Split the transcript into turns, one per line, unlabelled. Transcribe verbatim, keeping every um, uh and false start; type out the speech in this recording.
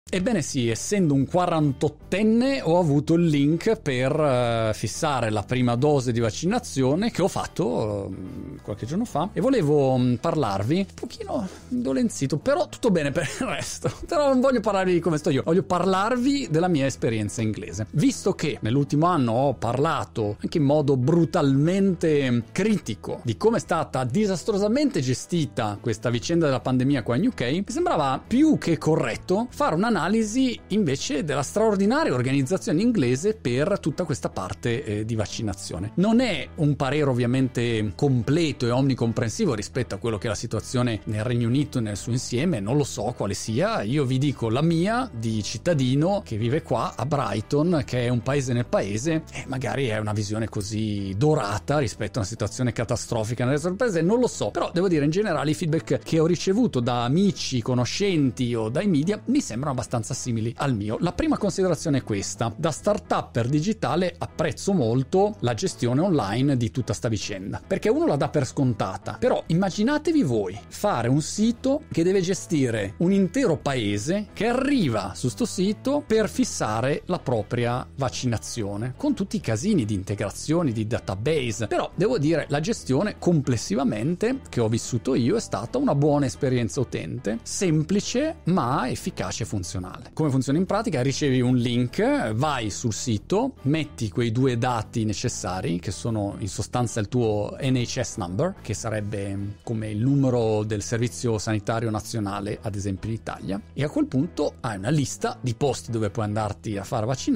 Ebbene sì, essendo un quarantottenne ho avuto il link per uh, fissare la prima dose di vaccinazione che ho fatto uh, qualche giorno fa e volevo um, parlarvi un pochino indolenzito, però tutto bene per il resto. Però non voglio parlarvi di come sto io, voglio parlarvi della mia esperienza inglese. Visto che nell'ultimo anno ho parlato anche in modo brutalmente critico di come è stata disastrosamente gestita questa vicenda della pandemia qua in U K, mi sembrava più che corretto fare un'analisi analisi invece della straordinaria organizzazione inglese per tutta questa parte eh, di vaccinazione. Non è un parere ovviamente completo e omnicomprensivo rispetto a quello che è la situazione nel Regno Unito nel suo insieme, non lo so quale sia, io vi dico la mia di cittadino che vive qua a Brighton, che è un paese nel paese, e magari è una visione così dorata rispetto a una situazione catastrofica nel resto del paese, non lo so, però devo dire in generale i feedback che ho ricevuto da amici, conoscenti o dai media mi sembrano abbastanza simili al mio. La prima considerazione è questa: da startupper digitale apprezzo molto la gestione online di tutta sta vicenda, perché uno la dà per scontata, però immaginatevi voi fare un sito che deve gestire un intero paese che arriva su sto sito per fissare la propria vaccinazione, con tutti i casini di integrazioni, di database. Però devo dire, la gestione complessivamente che ho vissuto io è stata una buona esperienza utente, semplice ma efficace e funzionale. Come funziona in pratica? Ricevi un link, vai sul sito, metti quei due dati necessari che sono in sostanza il tuo N H S number, che sarebbe come il numero del servizio sanitario nazionale ad esempio in Italia, e a quel punto hai una lista di posti dove puoi andarti a fare vaccinare